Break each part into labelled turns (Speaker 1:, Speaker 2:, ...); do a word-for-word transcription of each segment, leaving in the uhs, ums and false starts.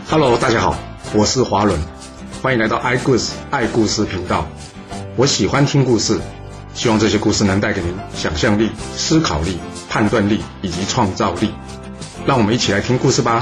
Speaker 1: Hello， 大家好，我是华伦，欢迎来到爱故事爱故事频道。我喜欢听故事，希望这些故事能带给您想象力、思考力、判断力以及创造力。让我们一起来听故事吧。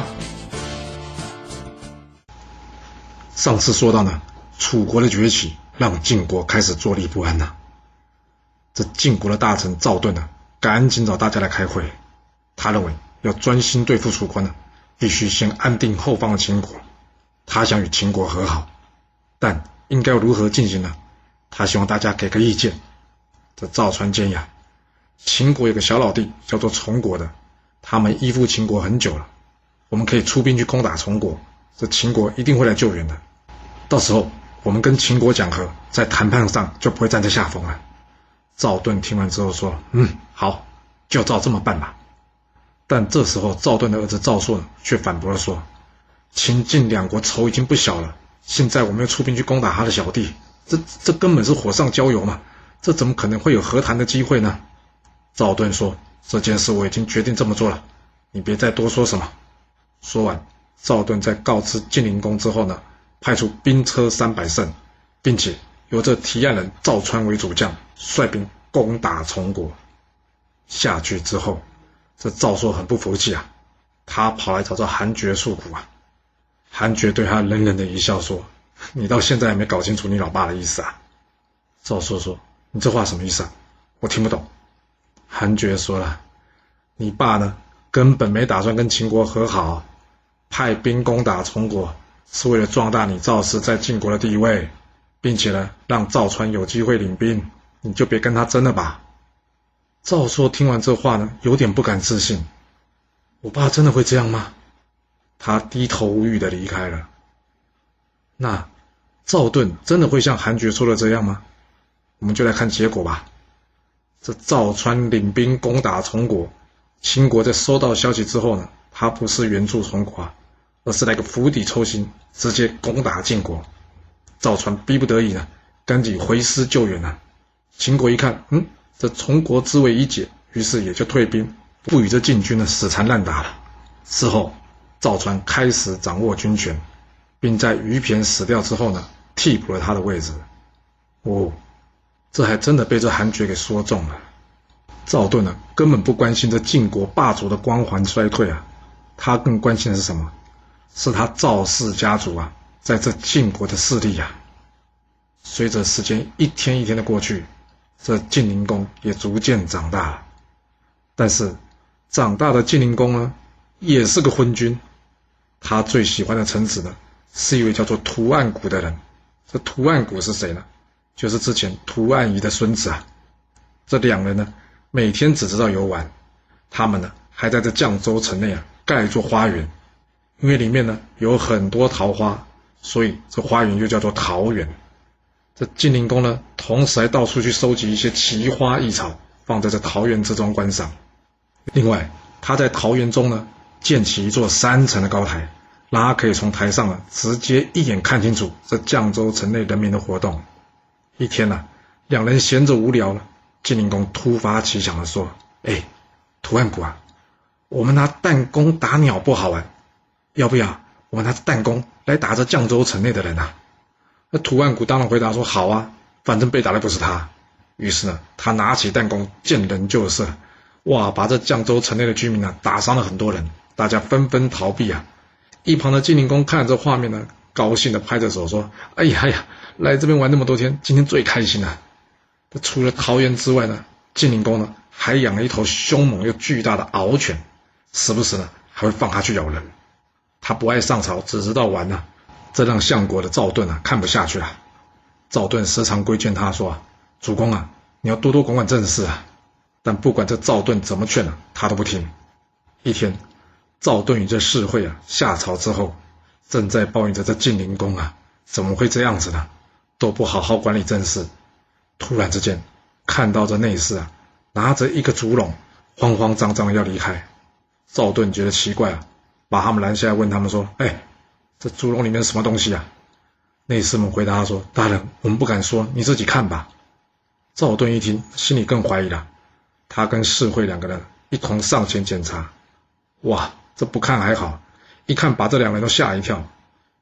Speaker 1: 上次说到呢，楚国的崛起让晋国开始坐立不安呐、啊。这晋国的大臣赵盾呢，赶紧找大家来开会。他认为要专心对付楚国呢，必须先安定后方的秦国。他想与秦国和好，但应该要如何进行呢？他希望大家给个意见。这赵川建议啊，秦国有个小老弟叫做崇国的，他们依附秦国很久了，我们可以出兵去攻打崇国，这秦国一定会来救援的。到时候我们跟秦国讲和，在谈判上就不会站在下风了。赵盾听完之后说，嗯，好，就照这么办吧。但这时候赵盾的儿子赵朔却反驳了说，秦晋两国仇已经不小了，现在我们要出兵去攻打他的小弟，这这根本是火上浇油嘛，这怎么可能会有和谈的机会呢？赵盾说，这件事我已经决定这么做了，你别再多说什么。说完，赵盾在告知晋灵公之后呢，派出兵车三百乘，并且由这提案人赵川为主将，率兵攻打崇国。下去之后，这赵朔很不服气啊，他跑来找到韩厥诉苦啊。韩厥对他冷冷的一笑说，你到现在还没搞清楚你老爸的意思啊。赵朔说，你这话什么意思啊？我听不懂。韩厥说了，你爸呢根本没打算跟秦国和好，派兵攻打崇国是为了壮大你赵氏在晋国的地位，并且呢让赵川有机会领兵，你就别跟他争了吧。赵朔听完这话呢，有点不敢置信，我爸真的会这样吗？他低头无语的离开了。那赵盾真的会像韩厥说的这样吗？我们就来看结果吧。这赵川领兵攻打崇国，秦国在收到消息之后呢，他不是援助崇国啊，而是来个釜底抽薪，直接攻打晋国。赵川逼不得已呢，赶紧回师救援啊。秦国一看，嗯，这崇国之围已解，于是也就退兵，不与这晋军呢死缠烂打了。之后赵川开始掌握军权，并在于骈死掉之后呢，替补了他的位置。哦，这还真的被这韩厥给说中了。赵盾呢，根本不关心这晋国霸主的光环衰退啊，他更关心的是什么？是他赵氏家族啊，在这晋国的势力啊。随着时间一天一天的过去，这晋灵公也逐渐长大了。但是长大的晋灵公呢，也是个昏君。他最喜欢的臣子呢，是一位叫做屠岸贾的人。这屠岸贾是谁呢？就是之前屠岸仪的孙子啊。这两人呢，每天只知道游玩，他们呢还在这绛州城内啊盖一座花园，因为里面呢有很多桃花，所以这花园就叫做桃园。这晋灵公呢，同时还到处去收集一些奇花异草，放在这桃园之中观赏。另外，他在桃园中呢，建起一座三层的高台，让他可以从台上呢，直接一眼看清楚这绛州城内人民的活动。一天啊，两人闲着无聊了，晋灵公突发奇想的说，哎，屠岸贾啊，我们拿弹弓打鸟不好玩，要不要我们拿弹弓来打这绛州城内的人啊？那屠岸贾当然回答说，好啊，反正被打的不是他。于是呢，他拿起弹弓，见人就射，哇，把这绛州城内的居民呢打伤了很多人，大家纷纷逃避啊。一旁的晋灵公看着这画面呢，高兴的拍着手说，哎呀哎呀，来这边玩那么多天，今天最开心了。除了桃园之外呢，晋灵公呢还养了一头凶猛又巨大的獒犬，时不时呢还会放它去咬人。他不爱上朝，只知道玩啊，这让相国的赵盾啊看不下去了。赵盾时常规劝他说啊，主公啊，你要多多管管政事啊。但不管这赵盾怎么劝啊，他都不听。一天，赵盾与这士会啊下朝之后，正在抱怨着这晋灵公啊怎么会这样子呢，都不好好管理政事。突然之间看到这内侍啊拿着一个竹笼，慌慌张张的要离开。赵盾觉得奇怪啊，把他们拦下来问他们说，哎，这竹笼里面是什么东西啊？内侍们回答他说，大人，我们不敢说，你自己看吧。赵盾一听，心里更怀疑了。他跟士会两个人一同上前检查，哇，这不看还好，一看把这两人都吓一跳。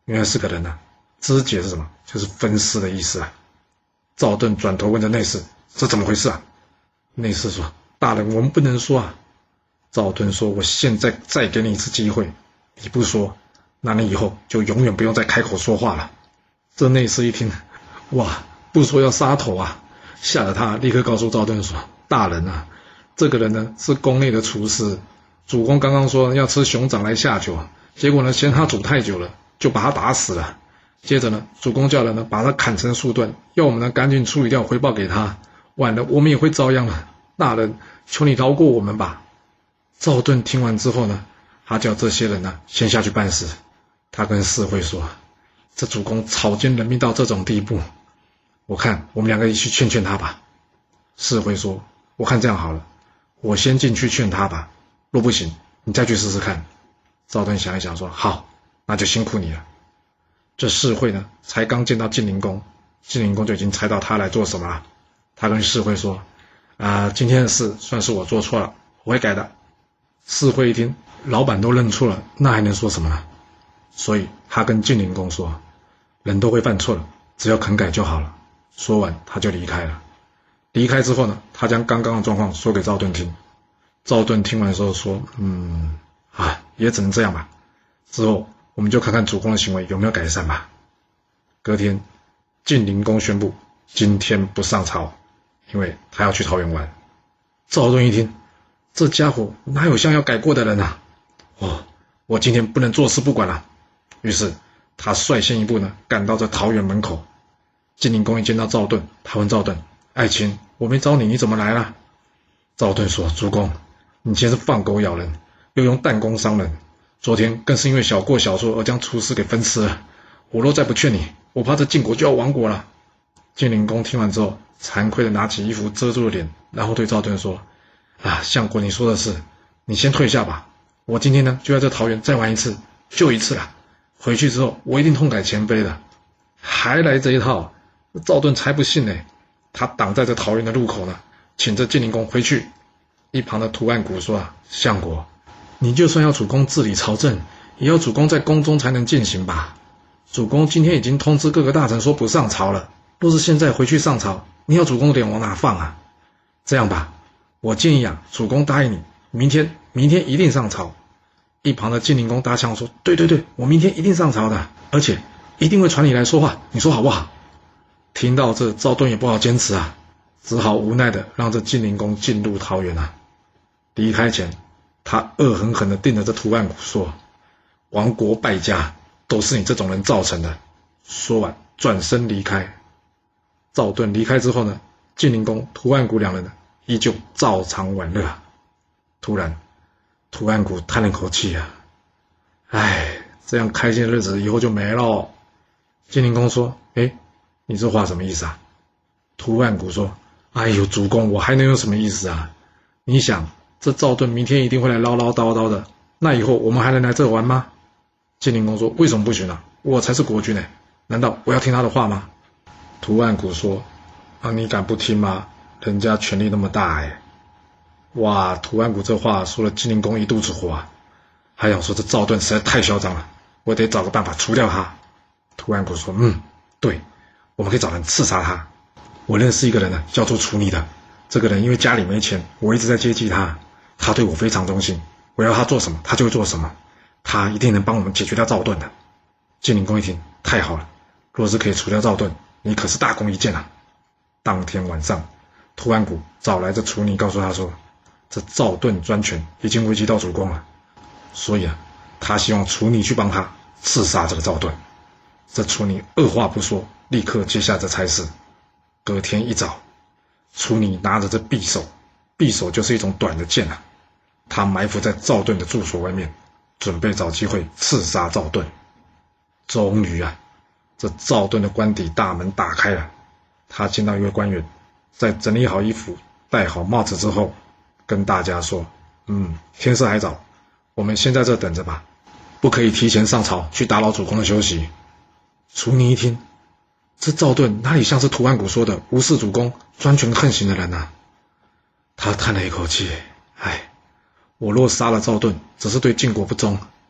Speaker 1: 原来是个人啊，肢解是什么？就是分尸的意思啊。赵盾转头问着内侍：“这怎么回事啊？”内侍说：“大人，我们不能说啊。”赵盾说：“我现在再给你一次机会，你不说，那你以后就永远不用再开口说话了。”这内侍一听，哇，不说要杀头啊，吓得他立刻告诉赵盾说：“大人啊，这个人呢是宫内的厨师，主公刚刚说要吃熊掌来下酒，结果呢嫌他煮太久了，就把他打死了。接着呢，主公叫人呢把他砍成数段，要我们呢赶紧处理掉，回报给他，晚了我们也会遭殃了。大人，求你饶过我们吧。”赵盾听完之后呢，他叫这些人呢先下去办事。他跟侍卫说：“这主公草菅人命到这种地步，我看我们两个一起去劝劝他吧。”侍卫说：“我看这样好了，我先进去劝他吧，若不行，你再去试试看。”赵盾想一想说：“好，那就辛苦你了。”这侍卫呢，才刚见到晋灵公，晋灵公就已经猜到他来做什么了。他跟侍卫说：“啊、呃，今天的事算是我做错了，我会改的。”侍卫一听，老板都认错了，那还能说什么呢？所以他跟晋灵公说：“人都会犯错了，只要肯改就好了。”说完，他就离开了。离开之后呢，他将刚刚的状况说给赵盾听。赵盾听完之后说：“嗯，啊，也只能这样吧。之后我们就看看主公的行为有没有改善吧。”隔天，晋灵公宣布今天不上朝，因为他要去桃园玩。赵盾一听，这家伙哪有像要改过的人啊？哦，我今天不能坐视不管了。于是他率先一步呢，赶到这桃园门口。晋灵公一见到赵盾，他问赵盾：“爱卿，我没找你，你怎么来了？”赵盾说：“主公，你今天是放狗咬人，又用弹弓伤人，昨天更是因为小过小错而将厨师给分尸了。我若再不劝你，我怕这晋国就要亡国了。”晋灵公听完之后，惭愧的拿起衣服遮住了脸，然后对赵盾说：“啊，相国你说的是，你先退下吧。我今天呢就在这桃园再玩一次，就一次了。回去之后我一定痛改前非的。”还来这一套，赵盾才不信呢。他挡在这桃园的路口呢，请这晋灵公回去。一旁的屠岸贾说：“啊，相国，你就算要主公治理朝政，也要主公在宫中才能进行吧。主公今天已经通知各个大臣说不上朝了，若是现在回去上朝，你要主公的脸往哪放啊？这样吧，我建议啊，主公答应你，明天明天一定上朝。”一旁的晋灵公搭腔说：“对对对，我明天一定上朝的，而且一定会传你来说话，你说好不好？”听到这，赵盾也不好坚持啊，只好无奈的让这晋灵公进入桃园啊。离开前，他恶狠狠地盯着这屠岸贾说：“亡国败家都是你这种人造成的。”说完转身离开。赵盾离开之后呢，晋灵公、屠岸贾两人呢依旧照常玩乐。突然，屠岸贾叹了口气啊，唉，这样开心的日子以后就没了。晋灵公说：“诶，你这话什么意思啊？”屠岸贾说：“哎呦，主公，我还能有什么意思啊？你想，这赵盾明天一定会来唠唠叨叨的，那以后我们还能来这玩吗？”晋灵公说：“为什么不行啊？我才是国君呢，难道我要听他的话吗？”屠岸贾说：“啊，你敢不听吗？人家权力那么大哎。”哇，屠岸贾这话说了晋灵公一肚子火啊，还想说这赵盾实在太嚣张了，我得找个办法除掉他。屠岸贾说：“嗯，对，我们可以找人刺杀他。我认识一个人呢，叫做楚尼的。这个人因为家里没钱，我一直在接济他，他对我非常忠心，我要他做什么，他就会做什么，他一定能帮我们解决掉赵盾的。”晋灵公一听，太好了，若是可以除掉赵盾，你可是大功一件啊。当天晚上，屠岸贾找来这楚尼，告诉他说：“这赵盾专权已经危及到主公了，所以啊，他希望楚尼去帮他刺杀这个赵盾。”这楚尼二话不说，立刻接下这差事。隔天一早，楚尼拿着这匕首，匕首就是一种短的剑啊，他埋伏在赵盾的住所外面，准备找机会刺杀赵盾。终于啊，这赵盾的官邸大门打开了，他见到一位官员，在整理好衣服、戴好帽子之后，跟大家说：“嗯，天色还早，我们先在这等着吧，不可以提前上朝去打扰主公的休息。”楚尼一听，这赵盾哪里像是屠岸贾说的无视主公、专权横行的人啊？他叹了一口气，唉，我若杀了赵盾，只是对晋国不忠，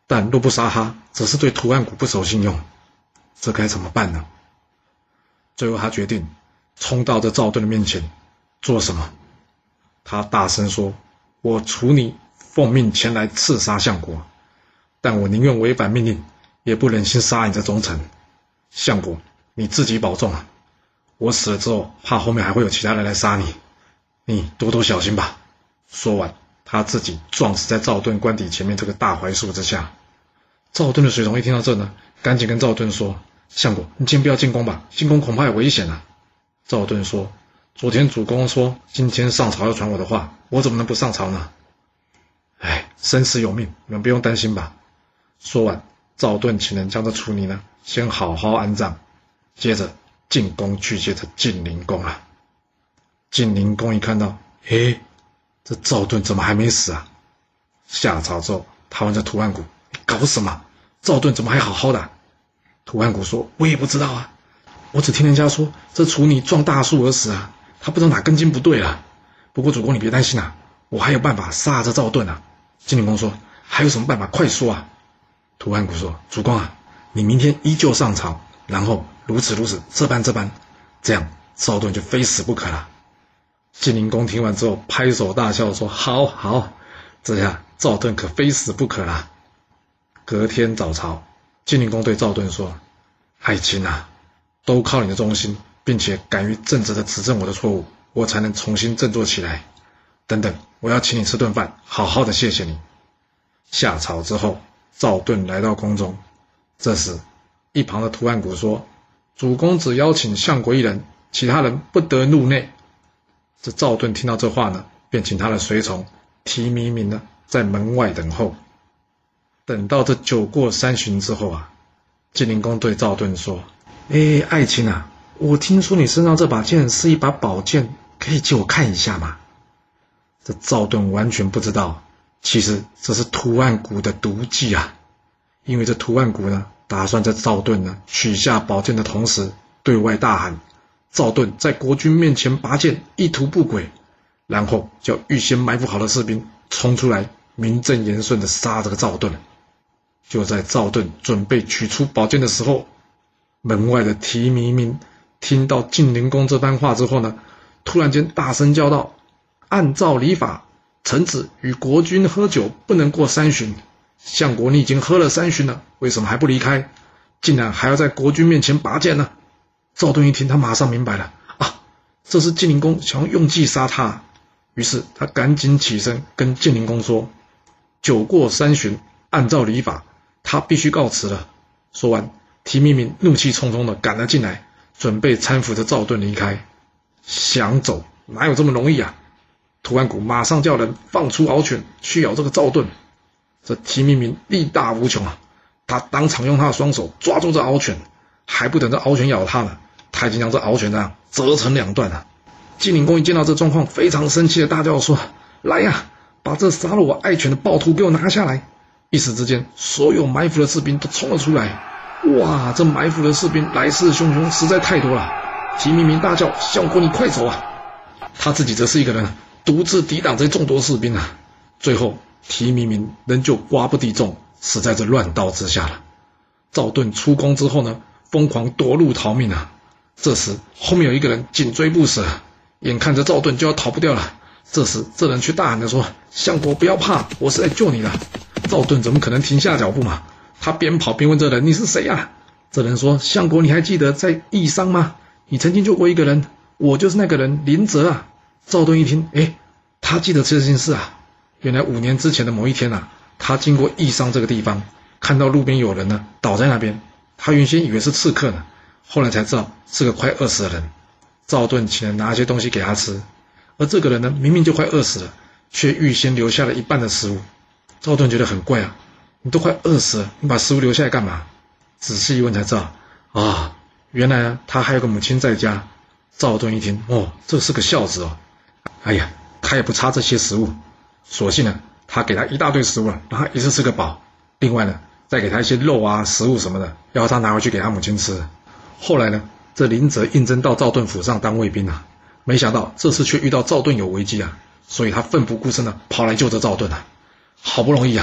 Speaker 1: 但若不杀他，则是对图案谷不守信用，这该怎么办呢？最后他决定冲到这赵盾的面前，做什么？他大声说：我处你奉命前来刺杀相国，但我宁愿违反命令，也不忍心杀你这忠臣。相国，你自己保重啊！我死了之后，怕后面还会有其他人来杀你，你多多小心吧。说完，他自己撞死在赵盾官邸前面这个大槐树之下。赵盾的随从一听到这呢，赶紧跟赵盾说：相国，你先不要进宫吧，进宫恐怕有危险啊。赵盾说：昨天主公说今天上朝要传我的话，我怎么能不上朝呢？哎，生死有命，你们不用担心吧。说完，赵盾请人将这处女呢先好好安葬，接着进宫去接着晋灵公了。晋灵公一看到，诶，这赵盾怎么还没死啊？下朝之后，他问这图案谷：搞什么？赵盾怎么还好好的啊？图案谷说：我也不知道啊，我只听人家说这处女撞大树而死啊，他不知道哪根筋不对啊。不过主公你别担心啊，我还有办法杀这赵盾啊。晋灵公说：还有什么办法？快说啊。图案谷说：主公啊，你明天依旧上朝，然后如此如此，这般这般，这样赵盾就非死不可了。晋灵公听完之后拍手大笑说：好好，这下赵盾可非死不可了。隔天早朝，晋灵公对赵盾说：爱卿啊，都靠你的忠心，并且敢于正直的指正我的错误，我才能重新振作起来。等等，我要请你吃顿饭，好好的谢谢你。下朝之后，赵盾来到宫中，这时一旁的图案谷说：主公只邀请相国一人，其他人不得入内。这赵盾听到这话呢，便请他的随从提弥明呢在门外等候。等到这酒过三巡之后啊，晋灵公对赵盾说：诶，爱卿啊，我听说你身上这把剑是一把宝剑，可以借我看一下吗？这赵盾完全不知道，其实这是图案谷的毒计啊。因为这图案谷呢，打算在赵盾呢取下宝剑的同时，对外大喊：赵盾在国军面前拔剑，意图不轨，然后叫预先埋伏好的士兵冲出来，名正言顺的杀这个赵盾。就在赵盾准备取出宝剑的时候，门外的提弥明听到晋灵公这番话之后呢，突然间大声叫道：按照礼法，臣子与国君喝酒不能过三巡，相国你已经喝了三巡了，为什么还不离开？竟然还要在国君面前拔剑呢？赵盾一听，他马上明白了啊，这是晋灵公想要用计杀他。于是他赶紧起身跟晋灵公说：酒过三巡，按照礼法，他必须告辞了。说完，提弥明怒气冲冲的赶了进来，准备搀扶着赵盾离开。想走哪有这么容易啊？图案谷马上叫人放出獒犬去咬这个赵盾。这提弥明力大无穷啊，他当场用他的双手抓住这獒犬，还不等这獒犬咬他呢，他已经将这獒犬这样折成两段了。晋灵公一见到这状况，非常生气的大叫说：来呀、啊，把这杀了我爱犬的暴徒给我拿下来！一时之间，所有埋伏的士兵都冲了出来。哇，这埋伏的士兵来势汹汹，实在太多了。提弥明大叫：相国你快走啊！他自己则是一个人独自抵挡这众多士兵啊。最后提弥明仍旧寡不敌众，死在这乱刀之下了。赵盾出宫之后呢，疯狂夺路逃命啊。这时后面有一个人紧追不舍，眼看着赵盾就要逃不掉了。这时这人却大喊着说：相国不要怕，我是来救你的。赵盾怎么可能停下脚步嘛？他边跑边问这人：你是谁啊？这人说：相国你还记得在义商吗？你曾经救过一个人，我就是那个人林泽啊。赵盾一听，诶，他记得这件事啊。原来五年之前的某一天啊，他经过义商这个地方，看到路边有人呢倒在那边，他原先以为是刺客呢，后来才知道是个快饿死的人。赵盾请人拿一些东西给他吃，而这个人呢明明就快饿死了，却预先留下了一半的食物。赵盾觉得很怪啊，你都快饿死了，你把食物留下来干嘛？仔细一问才知道啊，原来啊他还有个母亲在家。赵盾一听，哦，这是个孝子哦。哎呀，他也不差这些食物，索性呢他给他一大堆食物了，让他一次吃个饱，另外呢再给他一些肉啊食物什么的，要他拿回去给他母亲吃。后来呢这林泽应征到赵盾府上当卫兵啊，没想到这次却遇到赵盾有危机啊，所以他奋不顾身的跑来救这赵盾啊。好不容易啊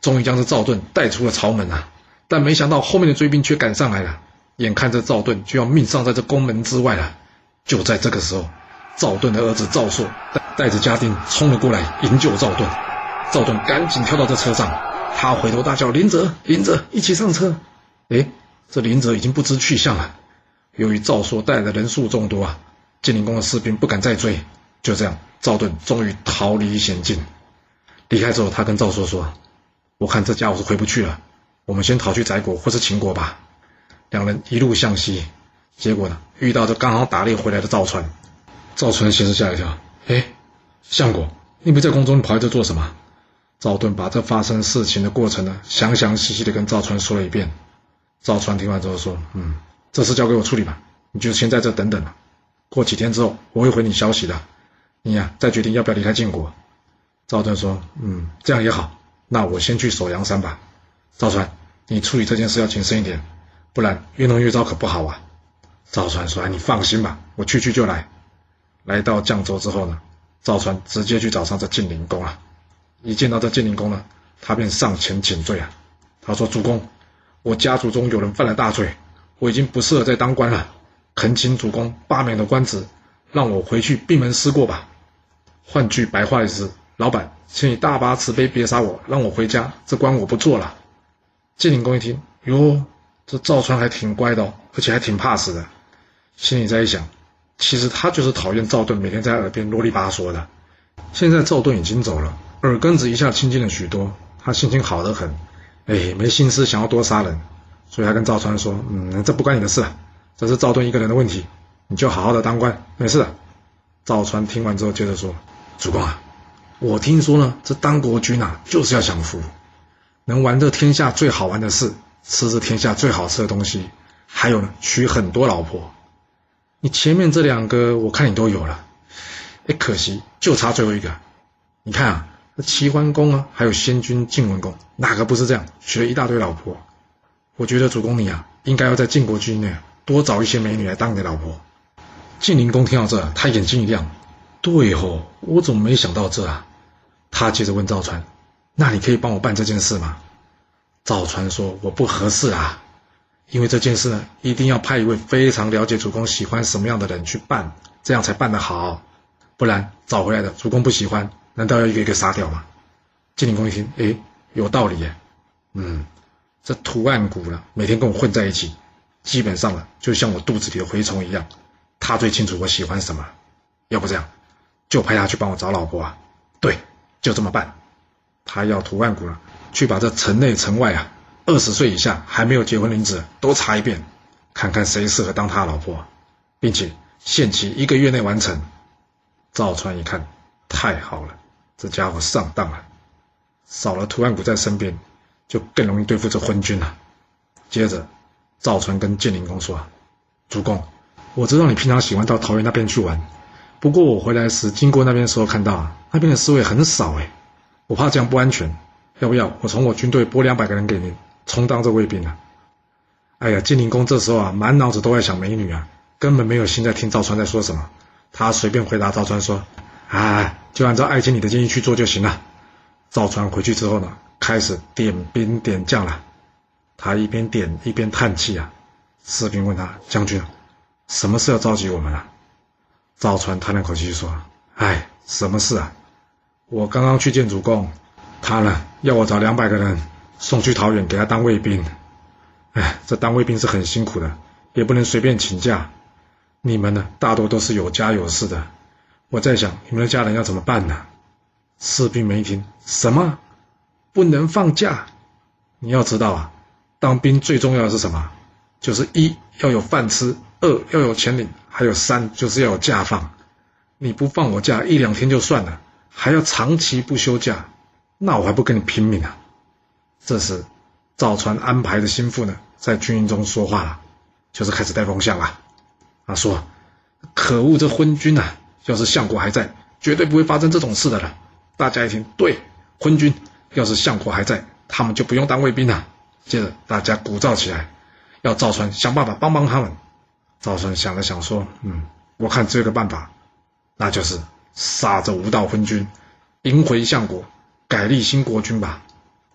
Speaker 1: 终于将这赵盾带出了朝门啊！但没想到后面的追兵却赶上来了，眼看着赵盾就要命丧在这宫门之外了。就在这个时候，赵盾的儿子赵朔带着家丁冲了过来营救赵盾。赵盾赶紧跳到这车上，他回头大叫：“林泽，林泽，一起上车！”诶，这林泽已经不知去向了。由于赵朔带来的人数众多啊，晋灵公的士兵不敢再追。就这样，赵盾终于逃离险境。离开之后，他跟赵朔说：“我看这家伙是回不去了，我们先逃去翟国或是秦国吧。”两人一路向西，结果呢，遇到这刚好打猎回来的赵川。赵川先是吓一跳：“诶，相国，你不在宫中，你跑来这做什么？”赵盾把这发生事情的过程呢，详详细细的跟赵川说了一遍。赵川听完之后说：“嗯，这事交给我处理吧，你就先在这等等吧。过几天之后，我会回你消息的。你呀、啊，再决定要不要离开晋国。”赵盾说：“嗯，这样也好，那我先去守阳山吧。赵川，你处理这件事要谨慎一点，不然越弄越糟可不好啊。”赵川说：“你放心吧，我去去就来。”来到绛州之后呢，赵川直接去找上这晋灵公啊。一见到这晋灵公呢，他便上前请罪啊。他说：“主公，我家族中有人犯了大罪，我已经不适合再当官了，恳请主公罢免了官职，让我回去闭门思过吧。换句白话意思，老板，请你大发慈悲，别杀我，让我回家，这官我不做了。”晋灵公一听，哟，这赵川还挺乖的哦，而且还挺怕死的。心里在一想，其实他就是讨厌赵盾每天在耳边啰里吧嗦的。现在赵盾已经走了，耳根子一下清净了许多，他心情好得很，哎，没心思想要多杀人，所以他跟赵川说：“嗯，这不关你的事了，这是赵盾一个人的问题，你就好好的当官，没事的。”赵川听完之后接着说：“主公啊，我听说呢，这当国君啊，就是要享福，能玩这天下最好玩的事，吃这天下最好吃的东西，还有呢，娶很多老婆。你前面这两个我看你都有了，哎，可惜就差最后一个。你看啊，齐桓公啊，还有先君晋文公，哪个不是这样，娶了一大堆老婆？我觉得主公你啊，应该要在晋国境内多找一些美女来当你的老婆。”晋灵公听到这，他眼睛一亮，对哦，我怎么没想到这啊？他接着问赵川：“那你可以帮我办这件事吗？”赵川说：“我不合适啊，因为这件事呢，一定要派一位非常了解主公喜欢什么样的人去办，这样才办得好，不然找回来的主公不喜欢，难道要一个一个杀掉吗？”晋灵公一听，诶，有道理耶。嗯，这图案骨呢，每天跟我混在一起，基本上呢，就像我肚子里的蛔虫一样，他最清楚我喜欢什么。要不这样，就派他去帮我找老婆啊。对，就这么办。他要图案骨呢，去把这城内城外啊，二十岁以下还没有结婚的女子都查一遍，看看谁适合当他的老婆，并且限期一个月内完成。赵川一看，太好了，这家伙上当了，少了图案骨在身边，就更容易对付这昏君了。接着，赵川跟晋灵公说：“主公，我知道你平常喜欢到桃园那边去玩，不过我回来时经过那边的时候看到那边的侍卫很少诶，我怕这样不安全，要不要我从我军队拨两百个人给您，充当这卫兵啊？”哎呀，晋灵公这时候啊，满脑子都在想美女啊，根本没有心在听赵川在说什么。他随便回答赵川说：“啊，就按照爱卿你的建议去做就行了。”赵川回去之后呢，开始点兵点将了。他一边点一边叹气啊。士兵问他：“将军，什么事要召集我们啊？”赵川叹了口气说：“哎，什么事啊？我刚刚去见主公，他呢要我找两百个人送去桃园给他当卫兵。哎，这当卫兵是很辛苦的，也不能随便请假。你们呢，大多都是有家有室的，我在想你们的家人要怎么办呢？”士兵们一听，什么？不能放假？你要知道啊，当兵最重要的是什么？就是一要有饭吃，二要有钱领，还有三就是要有假放。你不放我假一两天就算了，还要长期不休假，那我还不跟你拼命啊！这时，赵川安排的心腹呢，在军营中说话了，就是开始带风向了。他说：“可恶，这昏君啊！要是相国还在，绝对不会发生这种事的了。”大家一听，对，昏君，要是相国还在，他们就不用当卫兵了。接着大家鼓噪起来，要赵川想办法帮帮他们。赵川想了想说：“嗯，我看只有个办法，那就是杀这无道昏君，迎回相国，改立新国君吧。”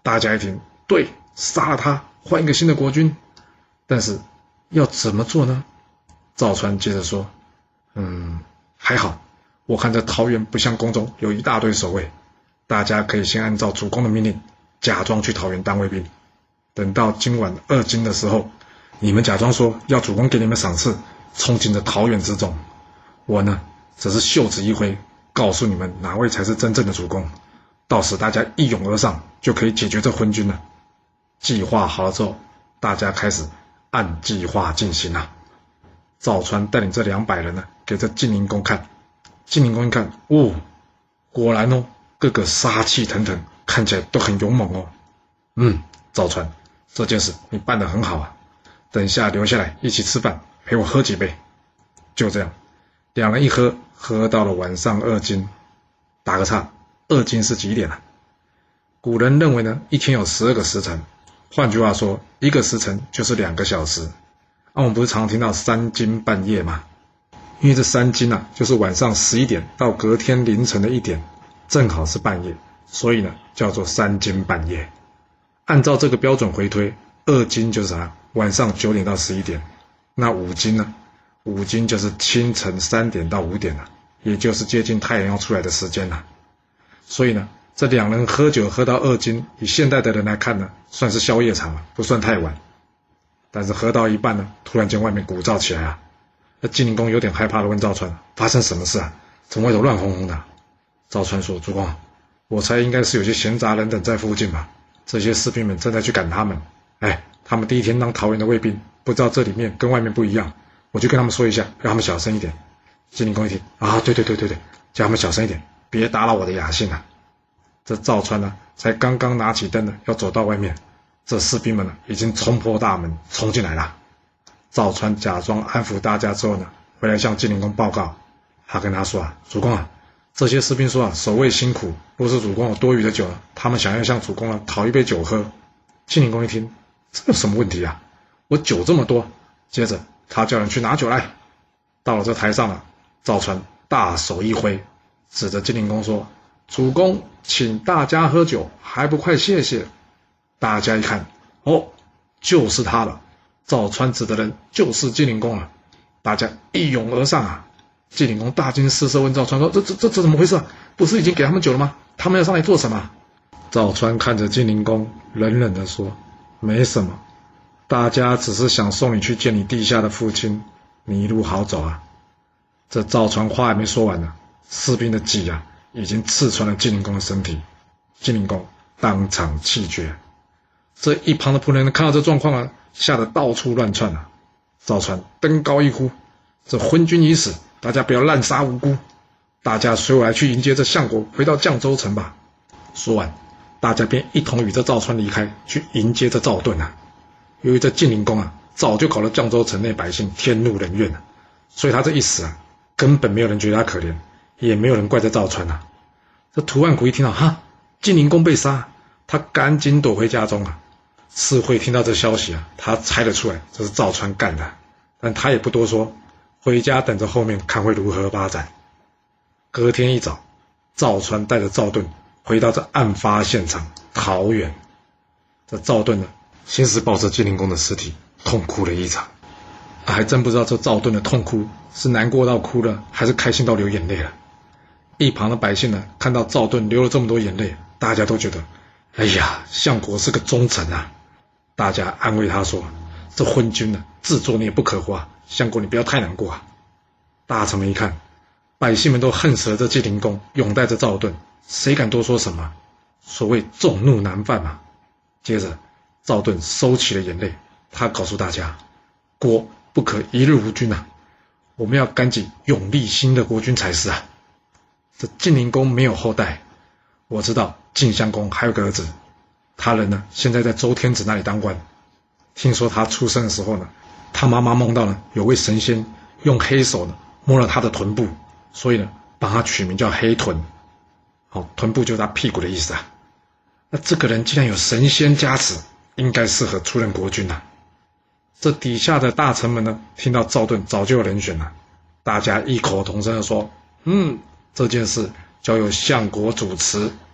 Speaker 1: 大家一听，对，杀了他，换一个新的国君。但是要怎么做呢？赵川接着说，嗯，还好，我看这桃园不像宫中有一大堆守卫，大家可以先按照主公的命令，假装去桃园当卫兵。等到今晚二更的时候，你们假装说要主公给你们赏赐，冲进了桃园之中。我呢，只是袖子一挥，告诉你们哪位才是真正的主公。到时大家一拥而上，就可以解决这昏君了。计划好了之后，大家开始按计划进行啊。赵川带领这两百人呢，给这晋灵公看。晋灵公一看，哦，果然哦，个个杀气腾腾，看起来都很勇猛哦。嗯，赵川，这件事你办得很好啊。等下留下来一起吃饭，陪我喝几杯。就这样，两人一喝，喝到了晚上二更。打个岔，二更是几点啊？古人认为呢，一天有十二个时辰，换句话说，一个时辰就是两个小时。啊，我们不是常听到三更半夜吗？因为这三更啊，就是晚上十一点到隔天凌晨的一点，正好是半夜，所以呢，叫做三更半夜。按照这个标准回推，二更就是啥？晚上九点到十一点。那五更呢？五更就是清晨三点到五点了，也就是接近太阳要出来的时间了。所以呢，这两人喝酒喝到二更，以现代的人来看呢，算是宵夜场了，不算太晚。但是喝到一半呢，突然间外面鼓噪起来啊！那晋灵公有点害怕的问赵川：“发生什么事啊？怎么外头乱哄哄的？”赵川说：“主公，我猜应该是有些闲杂人等在附近吧。这些士兵们正在去赶他们。哎，他们第一天当桃园的卫兵，不知道这里面跟外面不一样，我就跟他们说一下，让他们小声一点。”晋灵公一听啊，对对对对对，叫他们小声一点，别打扰我的雅兴啊。这赵川呢，才刚刚拿起灯呢，要走到外面。这士兵们呢，已经冲破大门冲进来了。赵川假装安抚大家之后呢，回来向晋灵公报告。他跟他说啊，主公啊，这些士兵说啊，守卫辛苦，若是主公有多余的酒呢，他们想要向主公呢讨一杯酒喝。晋灵公一听，这有什么问题啊？我酒这么多。接着他叫人去拿酒来。到了这台上了，赵川大手一挥，指着晋灵公说：“主公，请大家喝酒，还不快谢谢！”大家一看，哦，就是他了。赵川指的人就是晋灵公啊！大家一拥而上啊！晋灵公大惊失色，问赵川说：“这这这这怎么回事啊？不是已经给他们酒了吗？他们要上来做什么？”赵川看着晋灵公，冷冷地说：“没什么，大家只是想送你去见你地下的父亲，你一路好走啊。”这赵川话还没说完呢，士兵的戟啊，已经刺穿了晋灵公的身体，晋灵公当场气绝。这一旁的仆人看到这状况啊，吓得到处乱窜啊。赵川登高一呼：“这昏君已死，大家不要滥杀无辜，大家随我来去迎接这相国回到绛州城吧。”说完，大家便一同与这赵川离开，去迎接这赵盾啊。由于这晋灵公啊，早就搞得绛州城内百姓天怒人怨了，所以他这一死啊，根本没有人觉得他可怜，也没有人怪这赵川啊。这屠岸贾一听到哈，晋灵公被杀，他赶紧躲回家中啊。士会听到这消息啊，他猜得出来这是赵川干的，但他也不多说，回家等着后面看会如何发展。隔天一早，赵川带着赵盾回到这案发现场桃园。这赵盾呢，先是抱着晋灵公的尸体痛哭了一场，啊，还真不知道这赵盾的痛哭是难过到哭了，还是开心到流眼泪了。一旁的百姓呢，看到赵盾流了这么多眼泪，大家都觉得，哎呀，相国是个忠臣啊。大家安慰他说：“这昏君呢，自作孽不可活，相国你不要太难过啊。”大臣们一看，百姓们都恨死了这晋灵公，拥戴着赵盾，谁敢多说什么？所谓众怒难犯嘛。接着，赵盾收起了眼泪，他告诉大家：“国不可一日无君啊，我们要赶紧永立新的国君才是啊。”这晋灵公没有后代，我知道晋襄公还有个儿子。他人呢，现在在周天子那里当官。听说他出生的时候呢，他妈妈梦到呢有位神仙用黑手呢摸了他的臀部，所以呢帮他取名叫黑臀。好，臀部就是他屁股的意思啊。那这个人既然有神仙加持，应该适合出任国君啊。这底下的大臣们呢，听到赵盾早就有人选了，大家异口同声的说：“嗯，这件事交由相国主持。”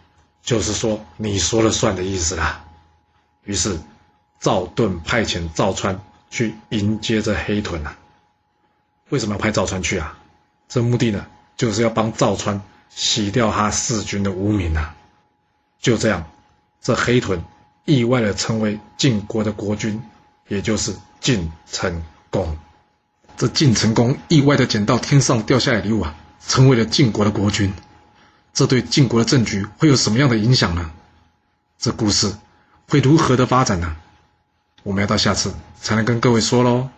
Speaker 1: 就是说你说了算的意思啦。于是赵盾派遣赵川去迎接这黑臀啊。为什么要派赵川去啊？这目的呢，就是要帮赵川洗掉他弑君的污名啊。就这样，这黑臀意外的成为晋国的国君，也就是晋成公。这晋成公意外的捡到天上掉下来的礼物啊，成为了晋国的国君。这对晋国的政局会有什么样的影响呢？这故事会如何的发展呢？我们要到下次才能跟各位说咯。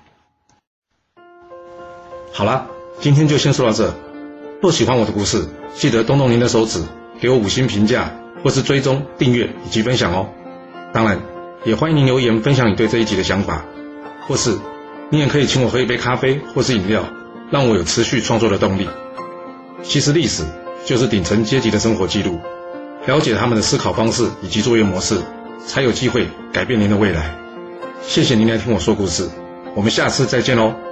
Speaker 1: 好啦，今天就先说到这。若喜欢我的故事，记得动动您的手指，给我五星评价，或是追踪、订阅以及分享哦。当然，也欢迎您留言分享你对这一集的想法，或是你也可以请我喝一杯咖啡或是饮料，让我有持续创作的动力。其实历史就是顶层阶级的生活记录，了解他们的思考方式以及作业模式，才有机会改变您的未来。谢谢您来听我说故事，我们下次再见喽。